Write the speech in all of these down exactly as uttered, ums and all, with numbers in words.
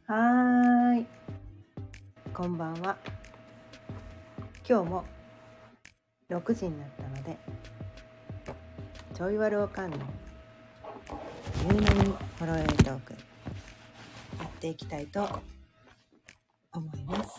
はーい、こんばんは。今日もろくじになったので、ちょいわるおかんのゆうなみほろよいトークやっていきたいと思います。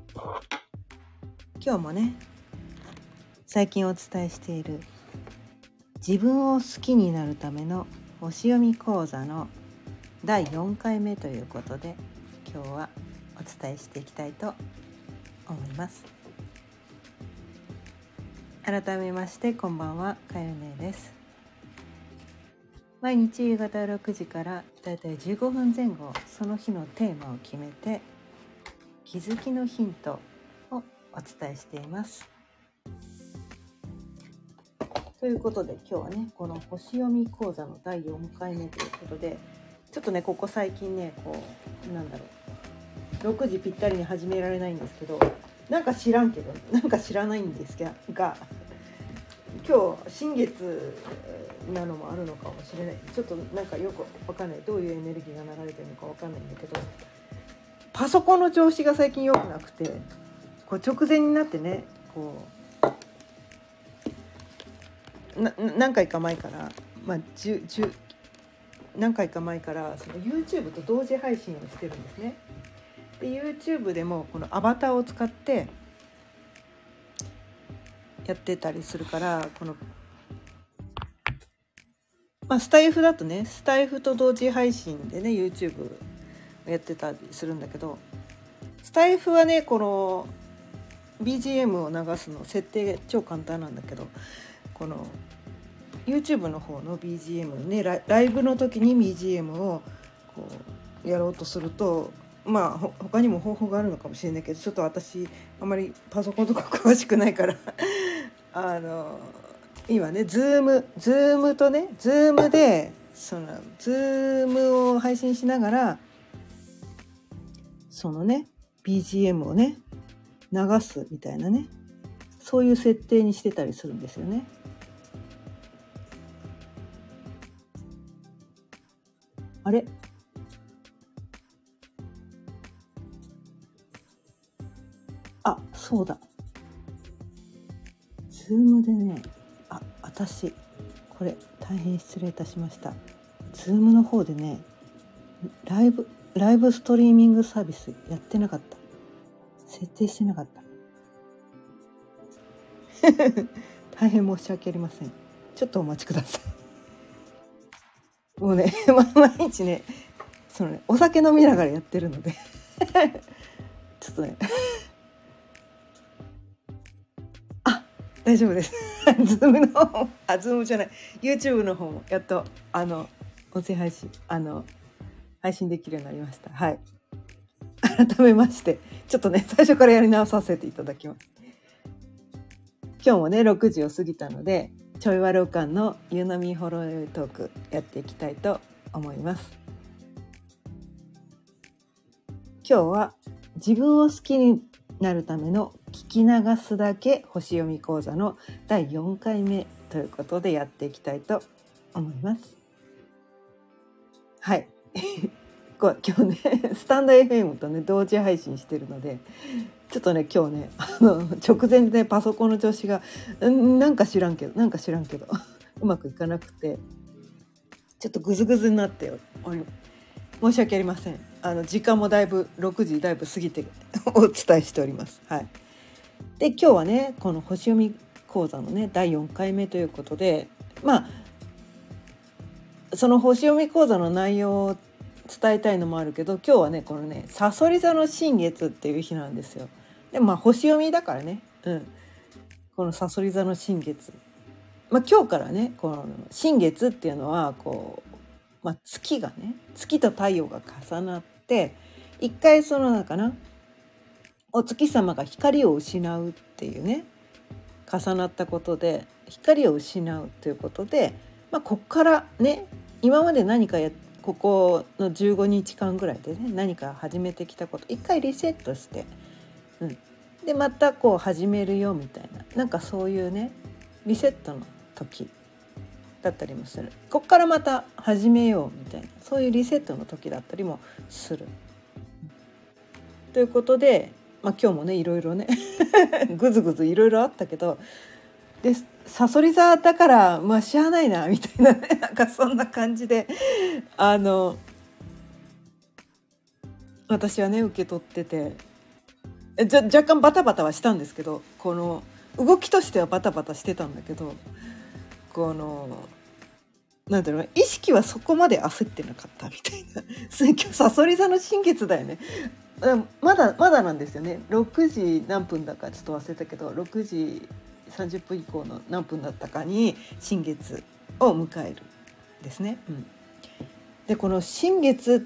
今日もね、最近お伝えしている自分を好きになるための星読み講座のだいよんかいめということで、今日はお伝えしていきたいと思います。改めましてこんばんは、かよねです。毎日夕方ろくじからだいたいじゅうごふんぜん後、その日のテーマを決めて気づきのヒントをお伝えしています。ということで今日はね、この星読み講座のだいよんかいめということで、ちょっとねここ最近ねこうなんだろうろくじぴったりに始められないんですけど、なんか知らんけどなんか知らないんですがが今日新月なのもあるのかもしれない。ちょっとなんかよくわかんない、どういうエネルギーが流れてるのかわかんないんだけど、パソコンの調子が最近良くなくて、こう直前になってねこうな何回か前からまあじゅじゅ何回か前からその YouTube と同時配信をしてるんですね。で YouTube でもこのアバターを使ってやってたりするから、この、まあ、スタイフだとねスタイフと同時配信でね YouTube やってたりするんだけど、スタイフはねこの ビージーエム を流すの設定超簡単なんだけど、この YouTube の方の ビージーエム ね、ライ、ライブの時に ビージーエム をこうやろうとすると、まあ他にも方法があるのかもしれないけど、ちょっと私あまりパソコンとか詳しくないからあの今ねズームズームとねズームでそのズームを配信しながらそのね ビージーエム をね流すみたいなね、そういう設定にしてたりするんですよね。あれあ、そうだ。ズームでね、あ、私、これ大変失礼いたしました。ズームの方でね、ライブ、ライブストリーミングサービスやってなかった。設定してなかった。大変申し訳ありません。ちょっとお待ちください。もうね、毎日ね、そのね、お酒飲みながらやってるので、ちょっとね、大丈夫です。ズームの方、あ、ズームじゃない、YouTube の方もやっとあの音声配信あの配信できるようになりました。はい。改めましてちょっとね最初からやり直させていただきます。今日もねろくじを過ぎたので、ちょいわるおかんのゆうなみほろよいトークやっていきたいと思います。今日は自分を好きになるための聞き流すだけ星読み講座のだいよんかいめということでやっていきたいと思います。はい今日ねスタンド エフエム とね同時配信してるので、ちょっとね今日ねあの直前でパソコンの調子がんなんか知らんけどなんか知らんけどうまくいかなくて、ちょっとグズグズになっており申し訳ありません。あの時間もだいぶろくじだいぶ過ぎてお伝えしております。はい。で今日はねこの星読み講座のねだいよんかいめということで、まあその星読み講座の内容を伝えたいのもあるけど、今日はねこのねさそり座の新月っていう日なんですよ。でまあ星読みだからね、うん、このさそり座の新月、まあ今日からねこの新月っていうのはこう、まあ、月がね月と太陽が重なって一回そのなんかなお月様が光を失うっていうね重なったことで光を失うということで、まあ、こっからね今まで何かやここのじゅうごにちかんぐらいでね何か始めてきたこと一回リセットして、うん、でまたこう始めるよみたいな、なんかそういうねリセットの時だったりもする。こっからまた始めようみたいな、そういうリセットの時だったりもする。 ということで、まあ、今日もねいろいろねぐずぐずいろいろあったけど、でさそり座だからまあしゃあないなみたいなねなんかそんな感じであの私はね受け取ってて、じゃ若干バタバタはしたんですけど、この動きとしてはバタバタしてたんだけど、このなんていうの、意識はそこまで焦ってなかったみたいな今日さそり座の新月だよね。まだまだなんですよね。ろくじ何分だかちょっと忘れたけど、ろくじさんじゅっぷん以降の何分だったかに新月を迎えるですね、うん、でこの新月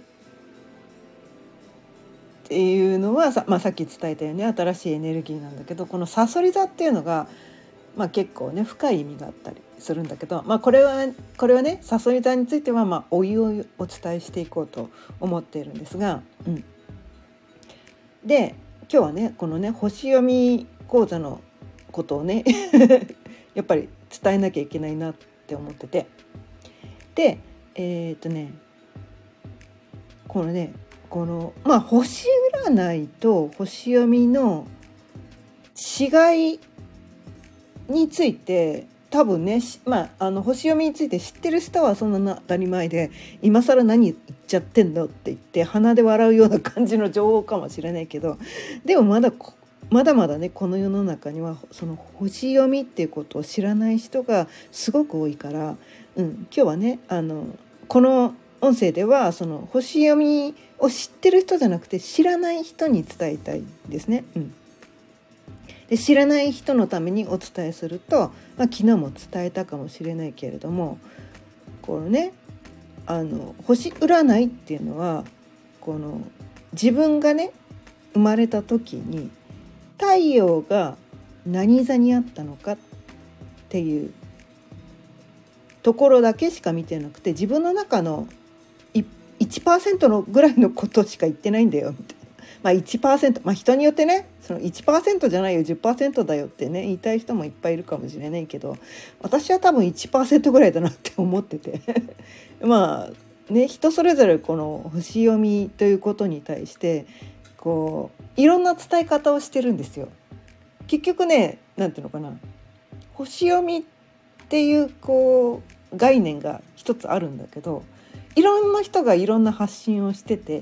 っていうのはさ、まあ、さっき伝えたように新しいエネルギーなんだけど、このさそり座っていうのが、まあ、結構ね深い意味があったりするんだけど、まあ、これはこれはねさそり座についてはまあおいおいお伝えしていこうと思っているんですが、うん、で今日はねこのね星読み講座のことをねやっぱり伝えなきゃいけないなって思ってて、でえー、っとねこのねこのまあ星占いと星読みの違いについて多分ね、まあ、あの星読みについて知ってる人はそんな当たり前で、今更何言っちゃってんのって言って鼻で笑うような感じの情報かもしれないけど、でもまだまだまだねこの世の中にはその星読みっていうことを知らない人がすごく多いから、うん、今日はねあのこの音声ではその星読みを知ってる人じゃなくて知らない人に伝えたいんですね。うん、で知らない人のためにお伝えすると、まあ、昨日も伝えたかもしれないけれども、このねあの星占いっていうのはこの自分がね生まれた時に太陽が何座にあったのかっていうところだけしか見てなくて、自分の中の いちパーセント のぐらいのことしか言ってないんだよみたいな。まあ いちパーセント、まあ人によってねその いちパーセント じゃないよ じゅっパーセント だよってね言いたい人もいっぱいいるかもしれないけど、私は多分 いちパーセント ぐらいだなって思っててまあね人それぞれこの星読みということに対してこういろんな伝え方をしてるんですよ。結局ねなんていうのかな、星読みっていうこう概念が一つあるんだけど、いろんな人がいろんな発信をしてて、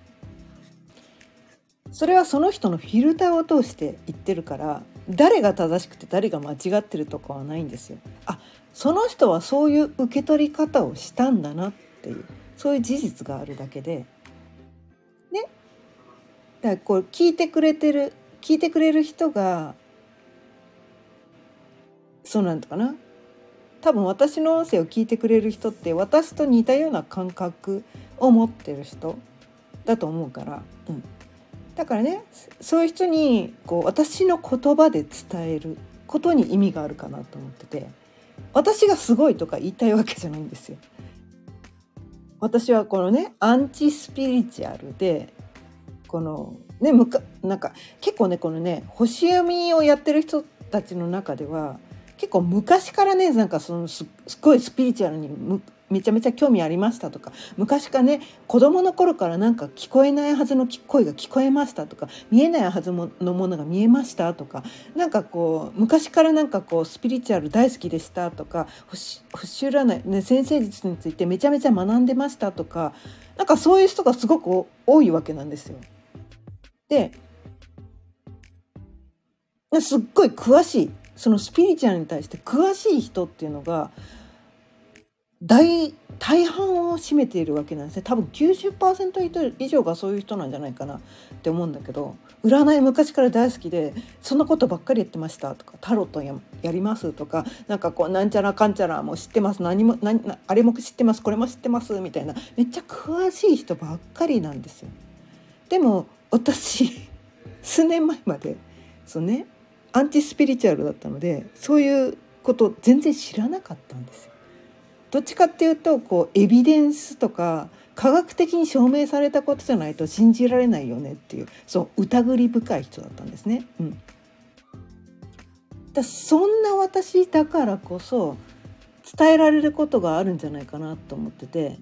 それはその人のフィルターを通して言ってるから、誰が正しくて誰が間違ってるとかはないんですよ。あ、その人はそういう受け取り方をしたんだなっていう、そういう事実があるだけでね。だからこう聞いてくれてる聞いてくれる人がそうなんだかな、多分私の音声を聞いてくれる人って私と似たような感覚を持ってる人だと思うから、うん、だからねそういう人にこう私の言葉で伝えることに意味があるかなと思ってて、私がすごいとか言いたいわけじゃないんですよ。私はこのねアンチスピリチュアルでこのねむかなんか結構ねこのね星読みをやってる人たちの中では結構昔からねなんかその す, すごいスピリチュアルにむめちゃめちゃ興味ありましたとか、昔からね子供の頃からなんか聞こえないはずの声が聞こえましたとか、見えないはずのものが見えましたとか、なんかこう昔からなんかこうスピリチュアル大好きでしたとか、星星占い、ね、先生術についてめちゃめちゃ学んでましたとか、なんかそういう人がすごく多いわけなんですよ。ですっごい詳しい、そのスピリチュアルに対して詳しい人っていうのが大大半を占めているわけなんですね。多分 きゅうじゅっパーセント 以上がそういう人なんじゃないかなって思うんだけど、占い昔から大好きでそんなことばっかりやってましたとか、タロット や, やりますとか、なんかこうなんちゃらかんちゃらも知ってます、何も何あれも知ってますこれも知ってますみたいな、めっちゃ詳しい人ばっかりなんですよ。でも私数年前までそうねアンチスピリチュアルだったので、そういうこと全然知らなかったんですよ。どっちかっていうとこうエビデンスとか科学的に証明されたことじゃないと信じられないよねっていう、そう疑り深い人だったんですね。うん、だそんな私だからこそ伝えられることがあるんじゃないかなと思ってて、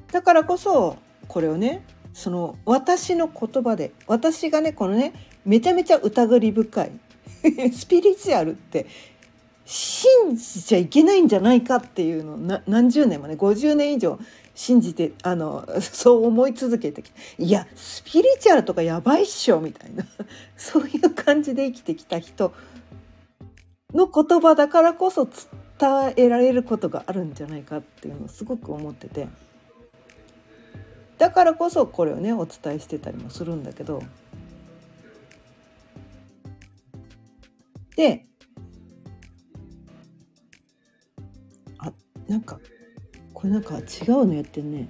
だからこそこれをね、その私の言葉で、私がねこのねめちゃめちゃ疑り深いスピリチュアルって信じちゃいけないんじゃないかっていうのをな何十年もねごじゅうねん以上信じて、あのそう思い続けてきて、いやスピリチュアルとかやばいっしょみたいなそういう感じで生きてきた人の言葉だからこそ伝えられることがあるんじゃないかっていうのをすごく思ってて、だからこそこれをねお伝えしてたりもするんだけど、であなんかこれなんか違うのやってんね。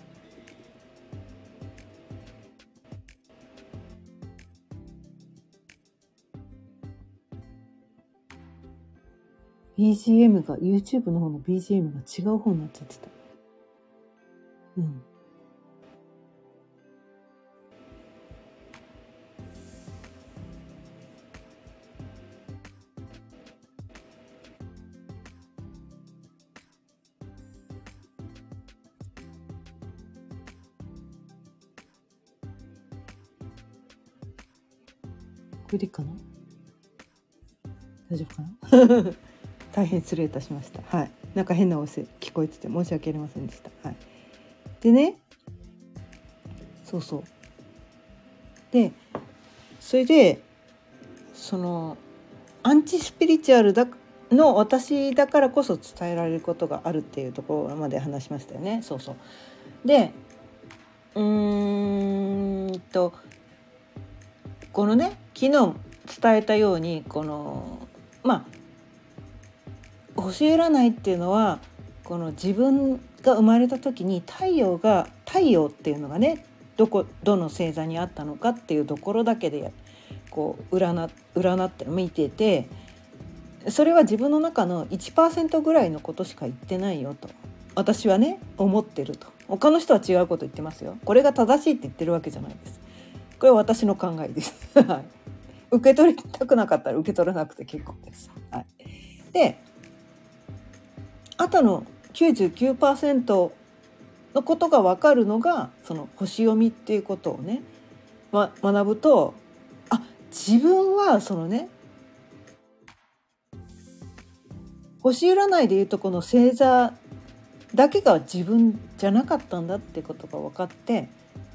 ビージーエム が YouTube の方の ビージーエム が違う方になっちゃってた。うん。これでいいかな？大丈夫かな？大変失礼いたしました。はい。なんか変な音声聞こえてて申し訳ありませんでした。はい。でね、そうそう。で、それでそのアンチスピリチュアルだの私だからこそ伝えられることがあるっていうところまで話しましたよね。そうそう。で、うーんとこのね昨日伝えたようにこのまあ星占いっていうのはこの自分が生まれた時に太陽が太陽っていうのがねどこどの星座にあったのかっていうところだけでこう占占って見てて、それは自分の中の いちパーセント ぐらいのことしか言ってないよと私はね思ってると。他の人は違うこと言ってますよ。これが正しいって言ってるわけじゃないです。これは私の考えです受け取りたくなかったら受け取らなくて結構です。はい、であとの きゅうじゅうきゅうパーセント のことが分かるのがその星読みっていうことをね、ま、学ぶと、あ自分はそのね星占いでいうとこの星座だけが自分じゃなかったんだってことが分かって、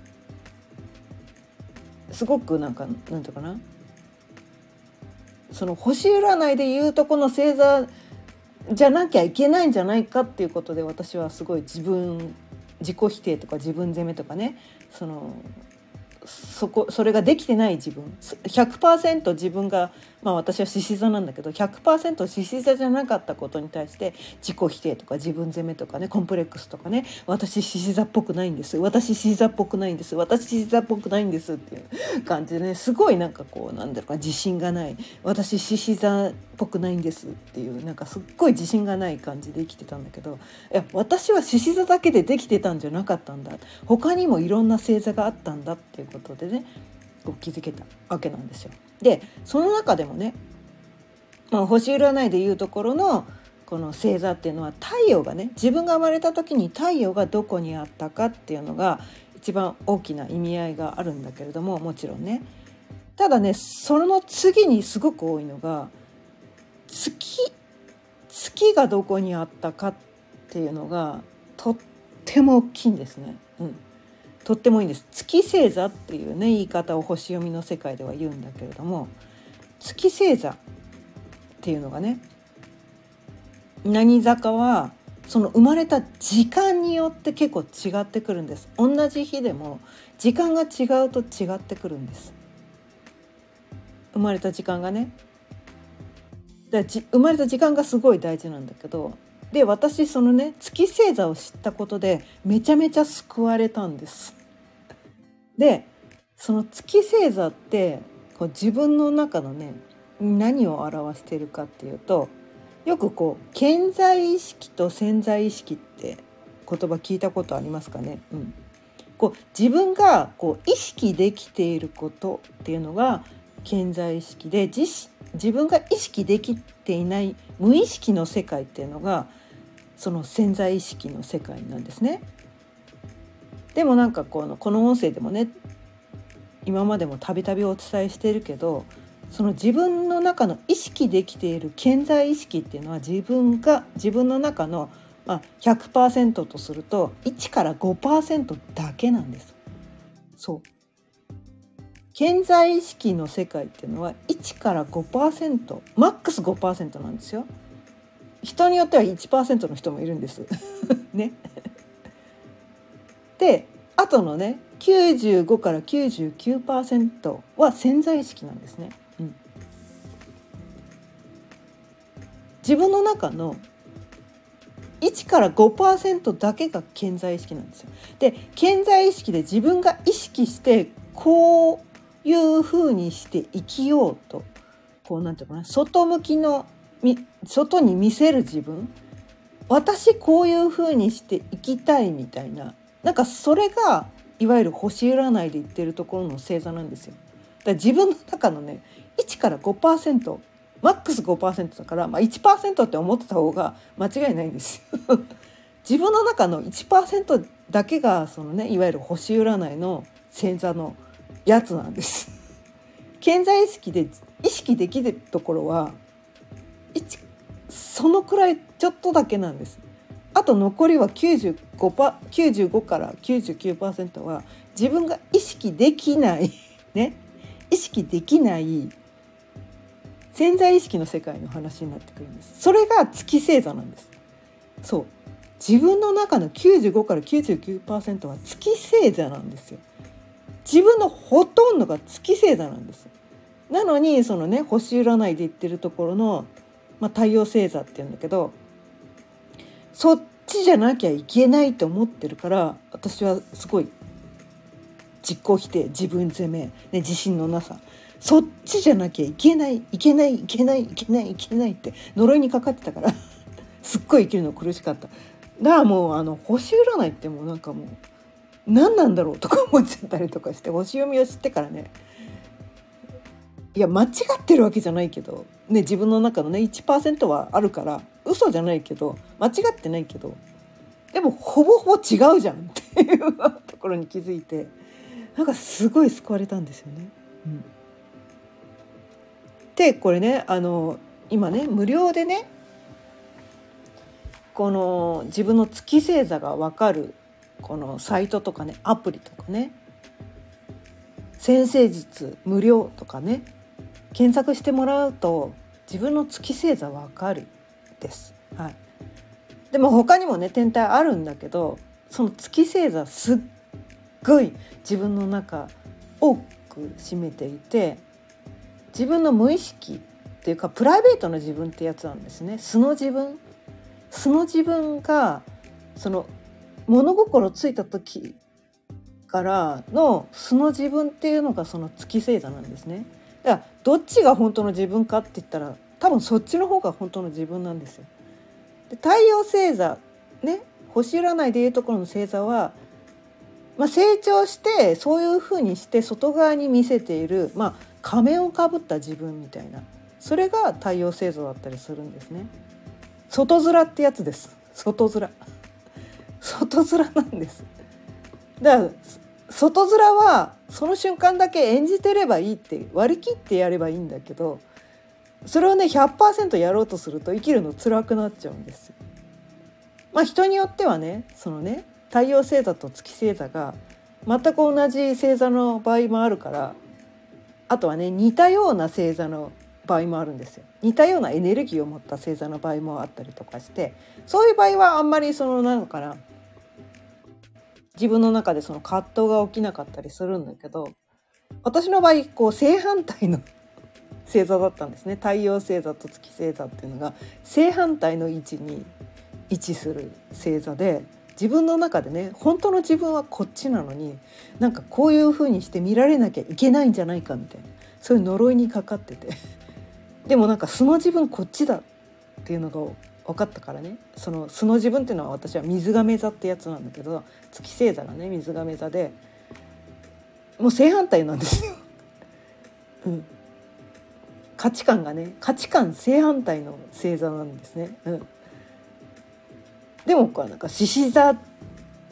すごくなんかなんていうかな、その星占いでいうとこの星座じゃなきゃいけないんじゃないかっていうことで、私はすごい自分自己否定とか自分責めとかね、そのそこそれができてない自分 ひゃくパーセント 自分が、まあ私は獅子座なんだけど ひゃくパーセント 獅子座じゃなかったことに対して自己否定とか自分責めとかね、コンプレックスとかね、私獅子座っぽくないんです、私獅子座っぽくないんです、私獅子座っぽくないんですっていう感じでね、すごいなんかこうなんだろうか、自信がない、私獅子座っぽくないんですっていう、なんかすっごい自信がない感じで生きてたんだけど、いや私は獅子座だけでできてたんじゃなかったんだ、他にもいろんな星座があったんだっていうことでねこう気づけたわけなんですよ。でその中でもね、まあ、星占いでいうところのこの星座っていうのは太陽がね、自分が生まれた時に太陽がどこにあったかっていうのが一番大きな意味合いがあるんだけれども、もちろんね、ただねその次にすごく多いのが月月がどこにあったかっていうのがとっても大きいんですね。うん、とってもいいんです。月星座っていうね言い方を星読みの世界では言うんだけれども、月星座っていうのがね、何座かはその生まれた時間によって結構違ってくるんです。同じ日でも時間が違うと違ってくるんです。生まれた時間がね、だじ生まれた時間がすごい大事なんだけど、で私そのね月星座を知ったことでめちゃめちゃ救われたんです。でその月星座ってこう自分の中のね何を表しているかっていうと、よくこう顕在意識と潜在意識って言葉聞いたことありますかね。うん、こう自分がこう意識できていることっていうのが顕在意識で、自自分が意識できていない無意識の世界っていうのがその潜在意識の世界なんですね。 でもなんかこのこの音声でもね今までもたびたびお伝えしているけど、その自分の中の意識できている潜在意識っていうのは自分が自分の中の、まあ、ひゃくパーセント とするといちから ごパーセント だけなんです。そう潜在意識の世界っていうのはいちから ごパーセント、マックス ごパーセント なんですよ。人によっては いちパーセント の人もいるんですね。であとのねきゅうじゅうごからきゅうじゅうきゅうパーセント は潜在意識なんですね、うん、自分の中のいちから ごパーセント だけが潜在意識なんですよ。で潜在意識で自分が意識してこういう風にして生きようとこうなんていうかな、外向きの外に見せる自分、私こういう風にして生きたいみたいな、なんかそれがいわゆる星占いで言ってるところの星座なんですよ。だから自分の中のねいちから ごパーセント、マックス ごパーセント だから、まあ、いちパーセント って思ってた方が間違いないんですよ自分の中の いちパーセント だけがそのねいわゆる星占いの星座のやつなんです潜在意識で意識できるところはそのくらいちょっとだけなんです。あと残りはきゅうじゅうごパ、きゅうじゅうごからきゅうじゅうきゅうパーセント は自分が意識できないね、意識できない潜在意識の世界の話になってくるんです。それが月星座なんです。そう、自分の中のきゅうじゅうごからきゅうじゅうきゅうパーセント は月星座なんですよ。自分のほとんどが月星座なんです。なのにそのね星占いで言ってるところの、まあ、太陽星座っていうんだけど、そっちじゃなきゃいけないと思ってるから、私はすごい実行否定、自分責め、ね、自信のなさ、そっちじゃなきゃいけないいけないいけないいけないいけないって呪いにかかってたからすっごい生きるの苦しかった。だからもうあの星占いってもうなんかもう何なんだろうとか思っちゃったりとかして、星読みを知ってからね、いや間違ってるわけじゃないけど、ね、自分の中のね いちパーセント はあるから嘘じゃないけど間違ってないけど、でもほぼほぼ違うじゃんっていうところに気づいて、なんかすごい救われたんですよね。うん、でこれねあの今ね無料でねこの自分の月星座が分かるこのサイトとかねアプリとかね、占星術無料とかね検索してもらうと自分の月星座分かるです、はい、でも他にもね天体あるんだけど、その月星座すっごい自分の中多く占めていて、自分の無意識っていうかプライベートの自分ってやつなんですね。素の自分素の自分がその物心ついた時からの素の自分っていうのがその月星座なんですね。だからどっちが本当の自分かって言ったら多分そっちの方が本当の自分なんですよ。で太陽星座ね、星占いでいうところの星座は、まあ、成長してそういう風にして外側に見せている、まあ、仮面をかぶった自分みたいな、それが太陽星座だったりするんですね。外面ってやつです。外面外面なんです。だから外面はその瞬間だけ演じてればいいって割り切ってやればいいんだけど、それをね ひゃくパーセント やろうとすると生きるの辛くなっちゃうんですよ。まあ人によってはねそのね太陽星座と月星座が全く同じ星座の場合もあるから、あとはね似たような星座の場合もあるんですよ。似たようなエネルギーを持った星座の場合もあったりとかして、そういう場合はあんまりそのなのかな、自分の中でその葛藤が起きなかったりするんだけど、私の場合こう正反対の星座だったんですね。太陽星座と月星座っていうのが正反対の位置に位置する星座で、自分の中でね本当の自分はこっちなのになんかこういう風にして見られなきゃいけないんじゃないかみたいな、そういう呪いにかかっててでもなんか素の自分こっちだっていうのが分かったからね、その素の自分っていうのは私は水亀座ってやつなんだけど、月星座がね水亀座でもう正反対なんですよ、うん、価値観がね価値観正反対の星座なんですね、うん、でもこうなんか獅子座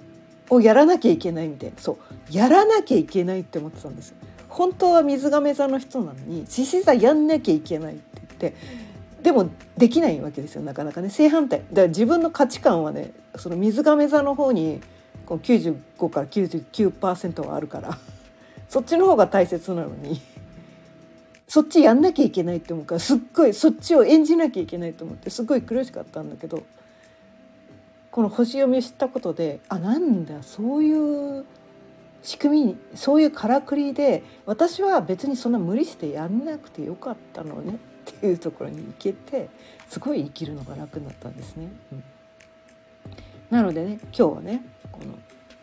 をやらなきゃいけないみたいな、そうやらなきゃいけないって思ってたんです。本当は水亀座の人なのに獅子座やんなきゃいけないって言って、でもできないわけですよ、なかなかね。正反対だから自分の価値観はね、その水亀座の方にこうきゅうじゅうごからきゅうじゅうきゅうパーセントはあるからそっちの方が大切なのにそっちやんなきゃいけないって思うから、すっごいそっちを演じなきゃいけないと思ってすごい苦しかったんだけど、この星読みを知ったことで、あ、なんだそういう仕組みに、そういうからくりで私は別にそんな無理してやんなくてよかったのねっていうところに行けて、すごい生きるのが楽になったんですね、うん、なのでね、今日はね、この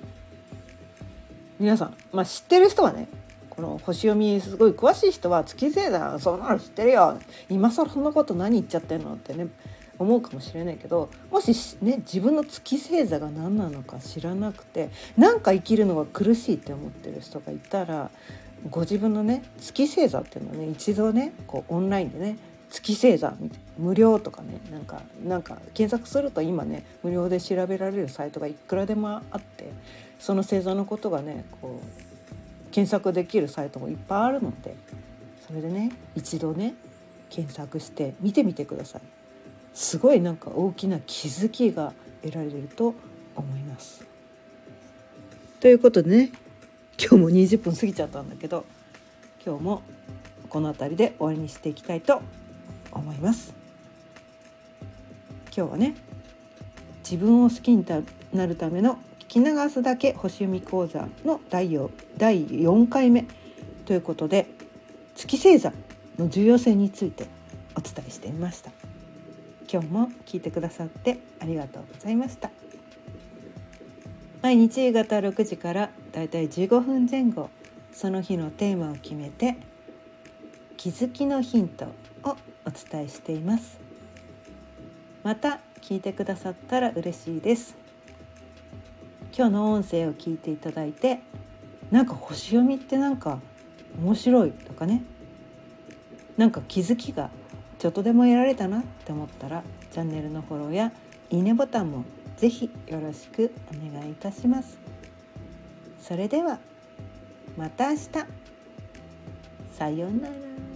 皆さん、まあ、知ってる人はね、この星読みすごい詳しい人は月星座そんなの知ってるよ、今更そんなこと何言っちゃってんのってね思うかもしれないけど、もしね自分の月星座が何なのか知らなくて、なんか生きるのが苦しいって思ってる人がいたら、ご自分のね月星座っていうのをね一度ねこうオンラインでね月星座無料とかね、なんかなんか検索すると今ね無料で調べられるサイトがいくらでもあって、その星座のことがねこう検索できるサイトもいっぱいあるので、それでね一度ね検索して見てみてください。すごいなんか大きな気づきが得られると思います。ということでね、今日もにじゅっぷん過ぎちゃったんだけど、今日もこの辺りで終わりにしていきたいと思います。今日はね、自分を好きになるための聞き流すだけ星読み講座の第よんかいめということで、月星座の重要性についてお伝えしてみました。今日も聞いてくださってありがとうございました。毎日夕方ろくじからだいたいじゅうごふんぜん後、その日のテーマを決めて気づきのヒントをお伝えしています。また聞いてくださったら嬉しいです。今日の音声を聞いていただいて、なんか星読みってなんか面白いとかね、なんか気づきがちょっとでも得られたなって思ったら、チャンネルのフォローやいいねボタンもぜひよろしくお願いいたします。それではまた明日。さようなら。